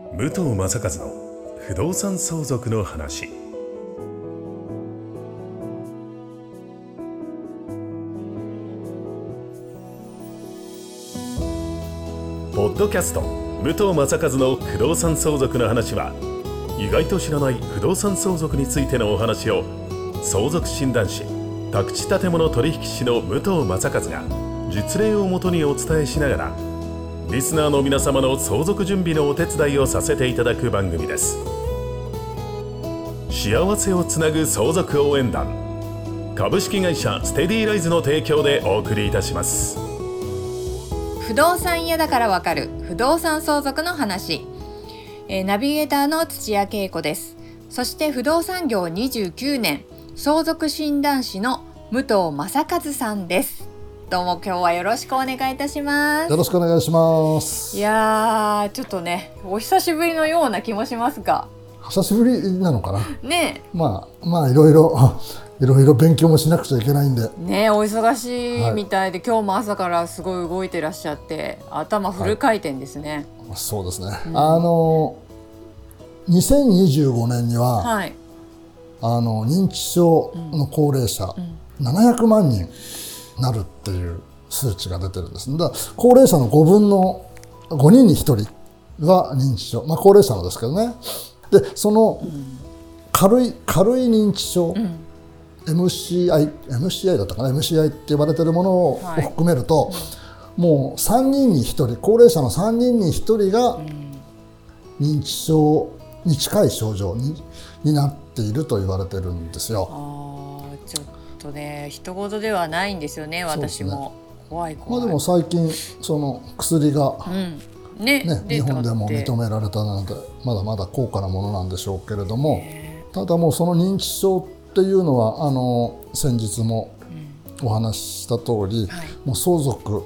武藤正和の不動産相続の話。ポッドキャスト武藤正和の不動産相続の話は、意外と知らない不動産相続についてのお話を相続診断士、宅地建物取引士の武藤正和が実例をもとにお伝えしながら、リスナーの皆様の相続準備のお手伝いをさせていただく番組です。幸せをつなぐ相続応援団、株式会社ステディライズの提供でお送りいたします。 不動産屋だからわかる不動産相続の話、ナビゲーターの土屋恵子です。そして不動産業29年相続診断士の武藤正和さんです。どうも今日はよろしくお願いいたします。 よろしくお願いします。 いやー、ちょっとね、お久しぶりのような気もしますが、 久しぶりなのかなね。 まあいろいろ勉強もしなくちゃいけないんでね、お忙しいみたいで、今日も朝からすごい動いてらっしゃって頭フル回転ですね。 そうですね、2025年には、 はい、 認知症の高齢者、700万人なるっていう数値が出てるんです。だから高齢者の5人に1人が認知症、高齢者のですけどね。でその軽い認知症、MCI だったかな、 MCI って呼ばれてるものを含めると、もう3人に1人、高齢者の3人に1人が認知症に近い症状になっていると言われてるんですよ。 ちょっとね、人事ではないんですよね。私も怖い。 でも最近その薬が、日本でも認められたので、まだまだ高価なものなんでしょうけれども、ただもうその認知症っていうのは先日もお話しした通り、もう相続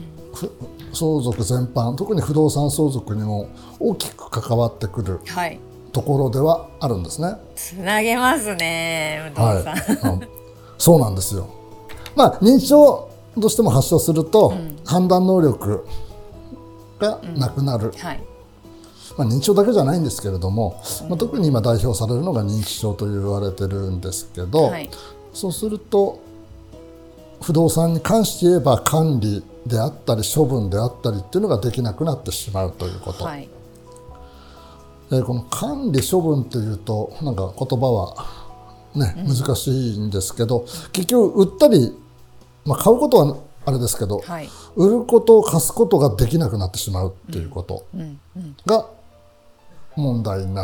全般、特に不動産相続にも大きく関わってくるところではあるんですね。 つなげますね、武藤さん。 そうなんですよ。認知症どうしても発症すると、判断能力がなくなる、認知症だけじゃないんですけれども、特に今代表されるのが認知症と言われてるんですけど、そうすると不動産に関して言えば管理であったり処分であったりっていうのができなくなってしまうということ、この管理処分っていうとなんか言葉は難しいんですけど、結局売ったり、買うことはあれですけど、売ることを貸すことができなくなってしまうっていうことが問題になって、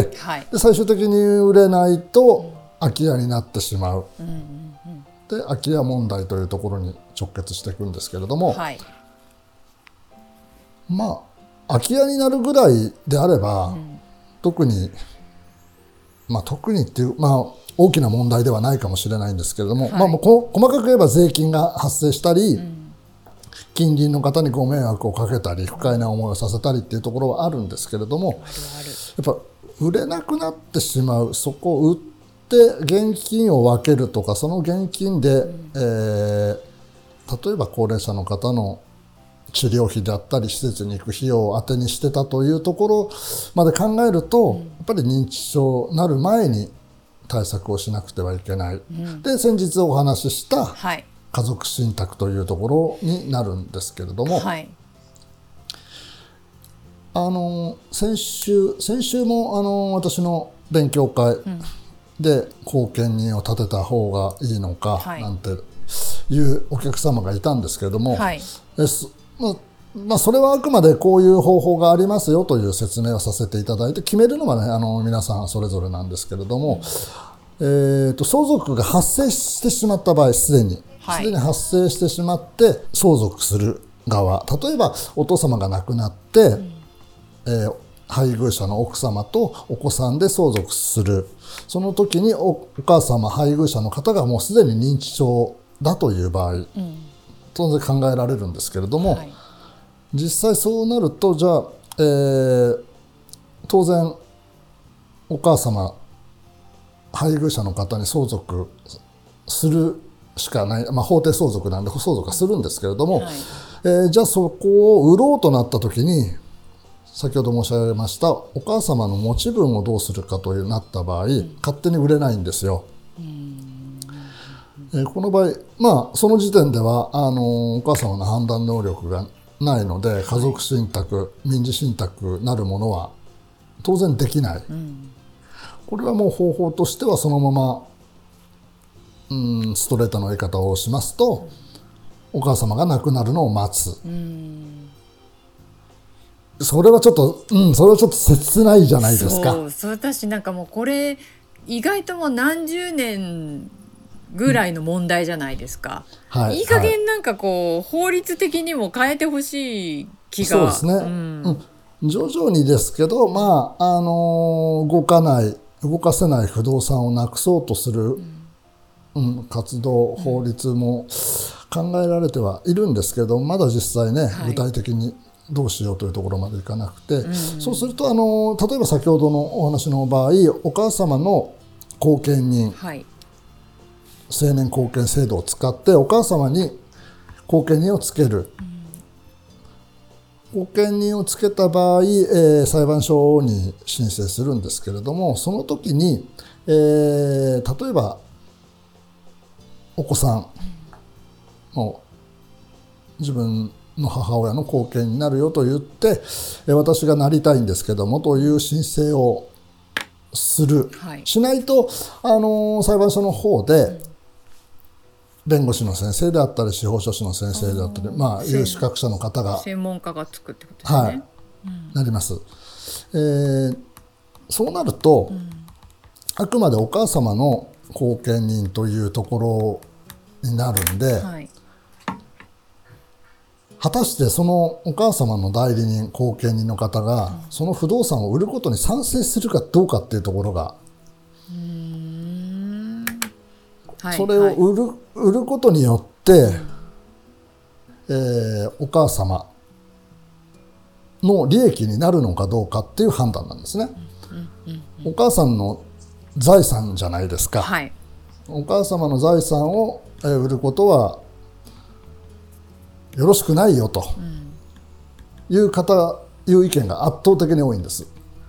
で最終的に売れないと空き家になってしまう、で空き家問題というところに直結していくんですけれども、空き家になるぐらいであれば、特にっていう大きな問題ではないかもしれないんですけれども、細かく言えば税金が発生したり、近隣の方にご迷惑をかけたり不快な思いをさせたりっていうところはあるんですけれども、やっぱ売れなくなってしまう、そこを売って現金を分けるとか、その現金で、例えば高齢者の方の治療費であったり施設に行く費用を当てにしてたというところまで考えると、やっぱり認知症になる前に対策をしなくてはいけない、で先日お話しした家族信託というところになるんですけれども、先週も私の勉強会で後見人を立てた方がいいのかなんていうお客様がいたんですけれども、それはあくまでこういう方法がありますよという説明をさせていただいて、決めるのはね皆さんそれぞれなんですけれども、相続が発生してしまった場合、すでに発生してしまって相続する側、例えばお父様が亡くなって、配偶者の奥様とお子さんで相続する、その時にお母様配偶者の方がもうすでに認知症だという場合、当然考えられるんですけれども、実際そうなると、じゃあ、当然お母様配偶者の方に相続するしかない、法定相続なんで相続はするんですけれども、じゃあそこを売ろうとなった時に先ほど申し上げましたお母様の持ち分をどうするかとなった場合、勝手に売れないんですよ。この場合、その時点ではお母様の判断能力がないので、家族信託、民事信託なるものは当然できない。これはもう方法としてはそのまま、ストレートの言い方をしますと、お母様が亡くなるのを待つ。それはちょっと、切ないじゃないですか。 そう私なんかもうこれ意外ともう何十年ぐらいの問題じゃないですか。いい加減なんかこう、法律的にも変えてほしい気が。 そうですね。徐々にですけど、動かせない不動産をなくそうとする、活動、法律も考えられてはいるんですけど、まだ実際ね、具体的にどうしようというところまでいかなくて、そうすると例えば先ほどのお話の場合、お母様の後見人、成年後見制度を使ってお母様に後見人をつける。後見人をつけた場合、裁判所に申請するんですけれども、その時に、例えばお子さんの自分の母親の後見になるよと言って、私がなりたいんですけどもという申請をする、しないと裁判所の方で弁護士の先生であったり司法書士の先生であったり、いう資格者の方が専門家がつくってことですね。 なります。そうなると、あくまでお母様の後見人というところになるんで、果たしてそのお母様の代理人後見人の方が、その不動産を売ることに賛成するかどうかっていうところが、それを売ることによって、お母様の利益になるのかどうかっていう判断なんですね。お母さんの財産じゃないですか。お母様の財産を売ることはよろしくないよという意見が圧倒的に多いんです。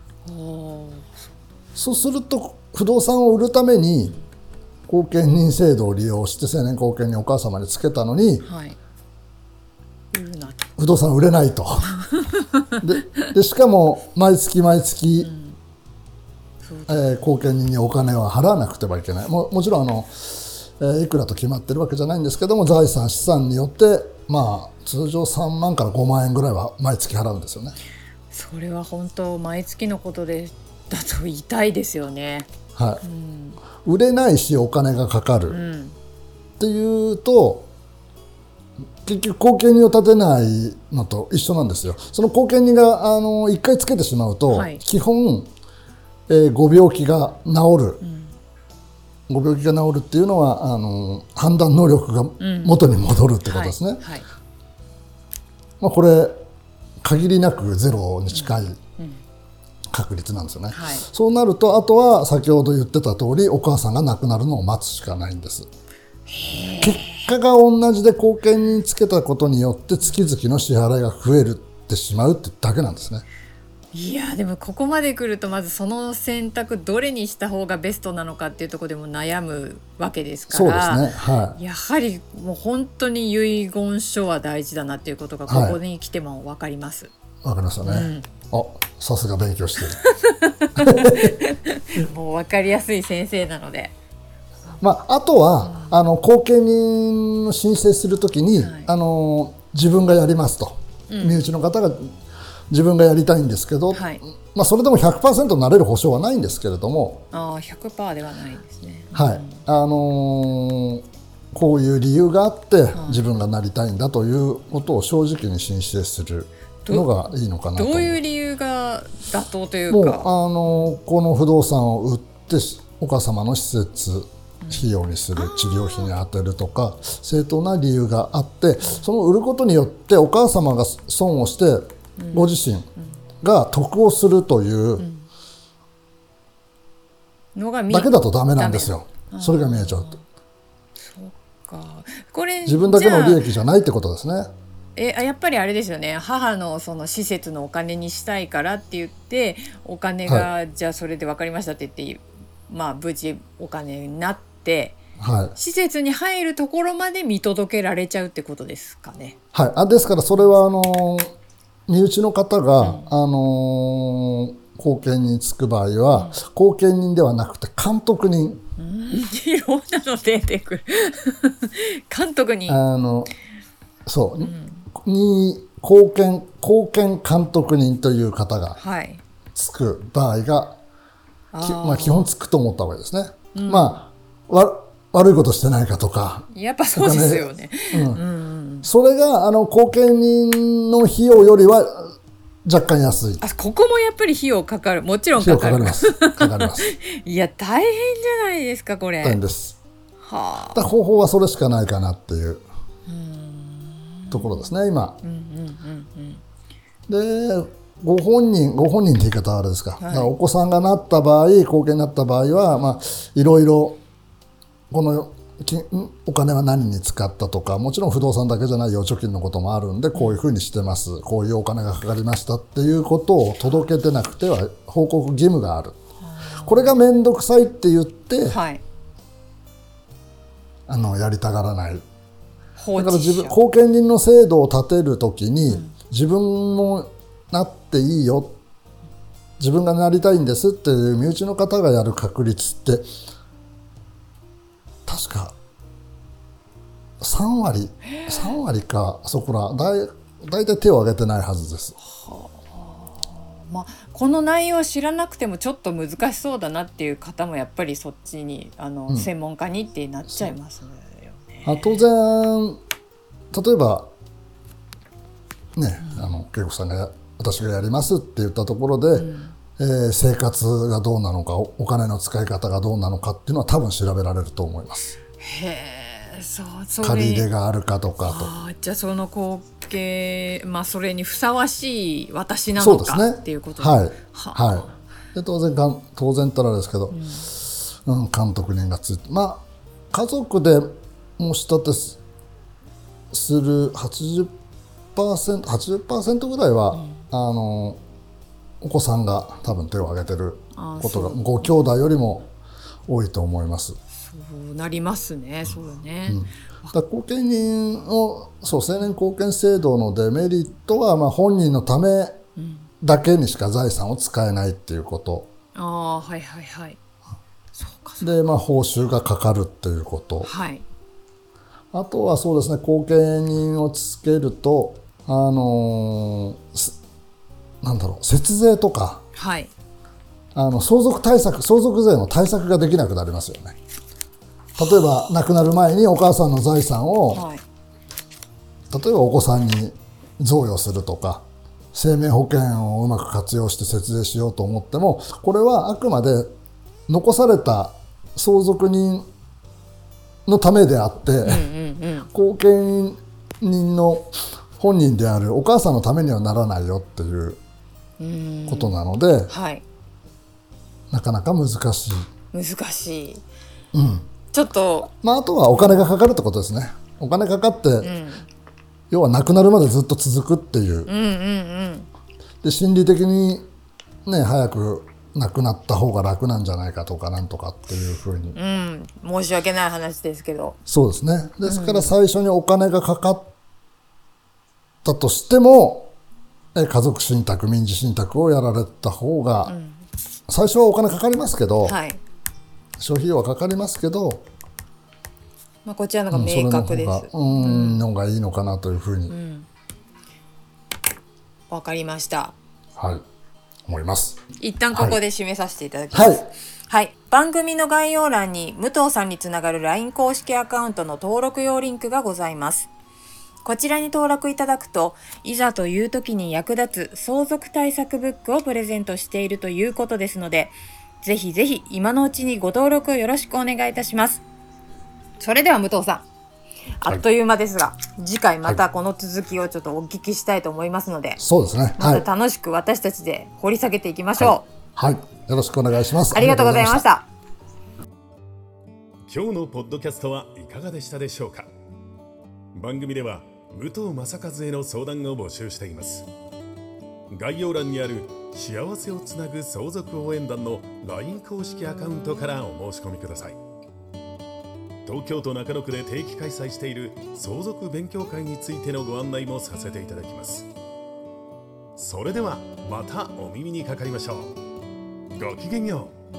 そうすると不動産を売るために後見人制度を利用して成年後見人お母様につけたのに、不動産売れないとでしかも毎月毎月、後見人にお金は払わなくてはいけない。もちろんいくらと決まってるわけじゃないんですけども、財産資産によって通常3万から5万円ぐらいは毎月払うんですよね。 それは本当毎月のことだと痛いですよね。 売れないしお金がかかる、っていうと結局後見人を立てないのと一緒なんですよ。その後見人が1回つけてしまうと、基本、ご病気が治る、ご病気が治るっていうのは判断能力が元に戻るってことですね。これ限りなくゼロに近い確率なんですよね。そうなるとあとは先ほど言ってた通りお母さんが亡くなるのを待つしかないんです。結果が同じで後見人つけたことによって月々の支払いが増えてしまうってだけなんですね。 いやでもここまで来るとまずその選択どれにした方がベストなのかっていうところでも悩むわけですから、 そうですね、 やはりもう本当に遺言書は大事だなっていうことがここに来ても分かります。 分かりましたね、さすが勉強してるもう分かりやすい先生なので、 あとは後見人の申請するときに、自分がやりますと、身内の方が自分がやりたいんですけど、それでも 100% なれる保証はないんですけれども、 100% ではないですね。 こういう理由があって自分がなりたいんだということを正直に申請するのがいいのかなと。 どういう理由が妥当というか、 この不動産を売ってお母様の施設費用にする、治療費に充てるとか正当な理由があって、その売ることによってお母様が損をしてご自身が得をするというだけだとダメなんですよ。それが見えちゃうと。 そうか、これ自分だけの利益じゃないってことですね。 やっぱりあれですよね、母のその施設のお金にしたいからって言ってお金が、じゃあそれで分かりましたって言って、無事お金になって、施設に入るところまで見届けられちゃうってことですかね。 ですからそれは身内の方が、後見につく場合は、後見人ではなくて監督人、 いろんなの出てくる監督人に後見監督人という方がつく場合が、基本つくと思った方がいいですね。悪いことしてないかとか、 やっぱそうですよね。 それが後見人の費用よりは若干安い。 ここもやっぱり費用かかる。もちろんかかる。 かかりますいや大変じゃないですかこれ。 大変です。方法はそれしかないかなっていうところですね今。でご本人って言い方はあれですか、だからお子さんがなった場合、後見になった場合は、いろいろこのお金は何に使ったとか、もちろん不動産だけじゃない預貯金のこともあるんで、こういうふうにしてます、こういうお金がかかりましたっていうことを届けてなくては報告義務がある。これが面倒くさいって言って、やりたがらない。だから後見人の制度を立てるときに、自分もなっていいよ、自分がなりたいんですっていう身内の方がやる確率って確か3割か、そこらだいたい手を挙げてないはずです。 この内容を知らなくてもちょっと難しそうだなっていう方もやっぱりそっちに専門家にってなっちゃいますよね。当然例えばね、恵子さんが私がやりますって言ったところで、生活がどうなのか、お金の使い方がどうなのかっていうのは多分調べられると思います。借り入れがあるかとかじゃあその後継、それにふさわしい私なのかっていうことですね。で当然たらですけど、監督人がついて、家族で申し立てする 80% ぐらいは、お子さんが多分手を挙げてることがご兄弟よりも多いと思います。 そうなりますね。そうね。 だ後見人を青年後見制度のデメリットは、本人のためだけにしか財産を使えないっていうこと。で、報酬がかかるっていうこと。あとはそうですね、後見人をつけると節税とか、相続税の対策ができなくなりますよね。例えば亡くなる前にお母さんの財産を、例えばお子さんに贈与するとか、生命保険をうまく活用して節税しようと思っても、これはあくまで残された相続人のためであって、後見人の本人であるお母さんのためにはならないよっていうことなので、なかなか難しい。ちょっとあとはお金がかかるってことですね。お金かかって、要は亡くなるまでずっと続くっていう、で心理的に早く亡くなった方が楽なんじゃないかとかなんとかっていうふうに、 申し訳ない話ですけど、 そうですね。ですから最初にお金がかかったとしても、家族信託、民事信託をやられた方が、最初はお金かかりますけど、諸費用はかかりますけど、 こちらの方が明確です。 のがいいのかなというふうに、 わかりました。 思います。 一旦ここで締めさせていただきます。番組の概要欄に武藤さんにつながる LINE 公式アカウントの登録用リンクがございます。こちらに登録いただくと、いざという時に役立つ相続対策ブックをプレゼントしているということですので、ぜひぜひ今のうちにご登録をよろしくお願いいたします。それでは武藤さん、あっという間ですが、次回またこの続きをちょっとお聞きしたいと思いますので、 そうですね。 また楽しく私たちで掘り下げていきましょう。よろしくお願いします。 ありがとうございました。 今日のポッドキャストはいかがでしたでしょうか。番組では武藤正和への相談を募集しています。概要欄にある幸せをつなぐ相続応援団の LINE 公式アカウントからお申し込みください。東京都中野区で定期開催している相続勉強会についてのご案内もさせていただきます。それではまたお耳にかかりましょう。ごきげんよう。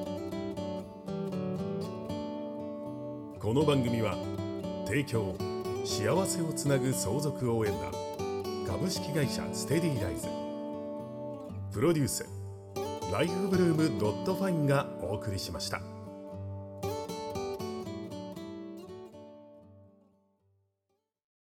この番組は提供幸せをつなぐ相続応援団、株式会社ステディライズ、プロデュースライフブルームドットファインがお送りしました。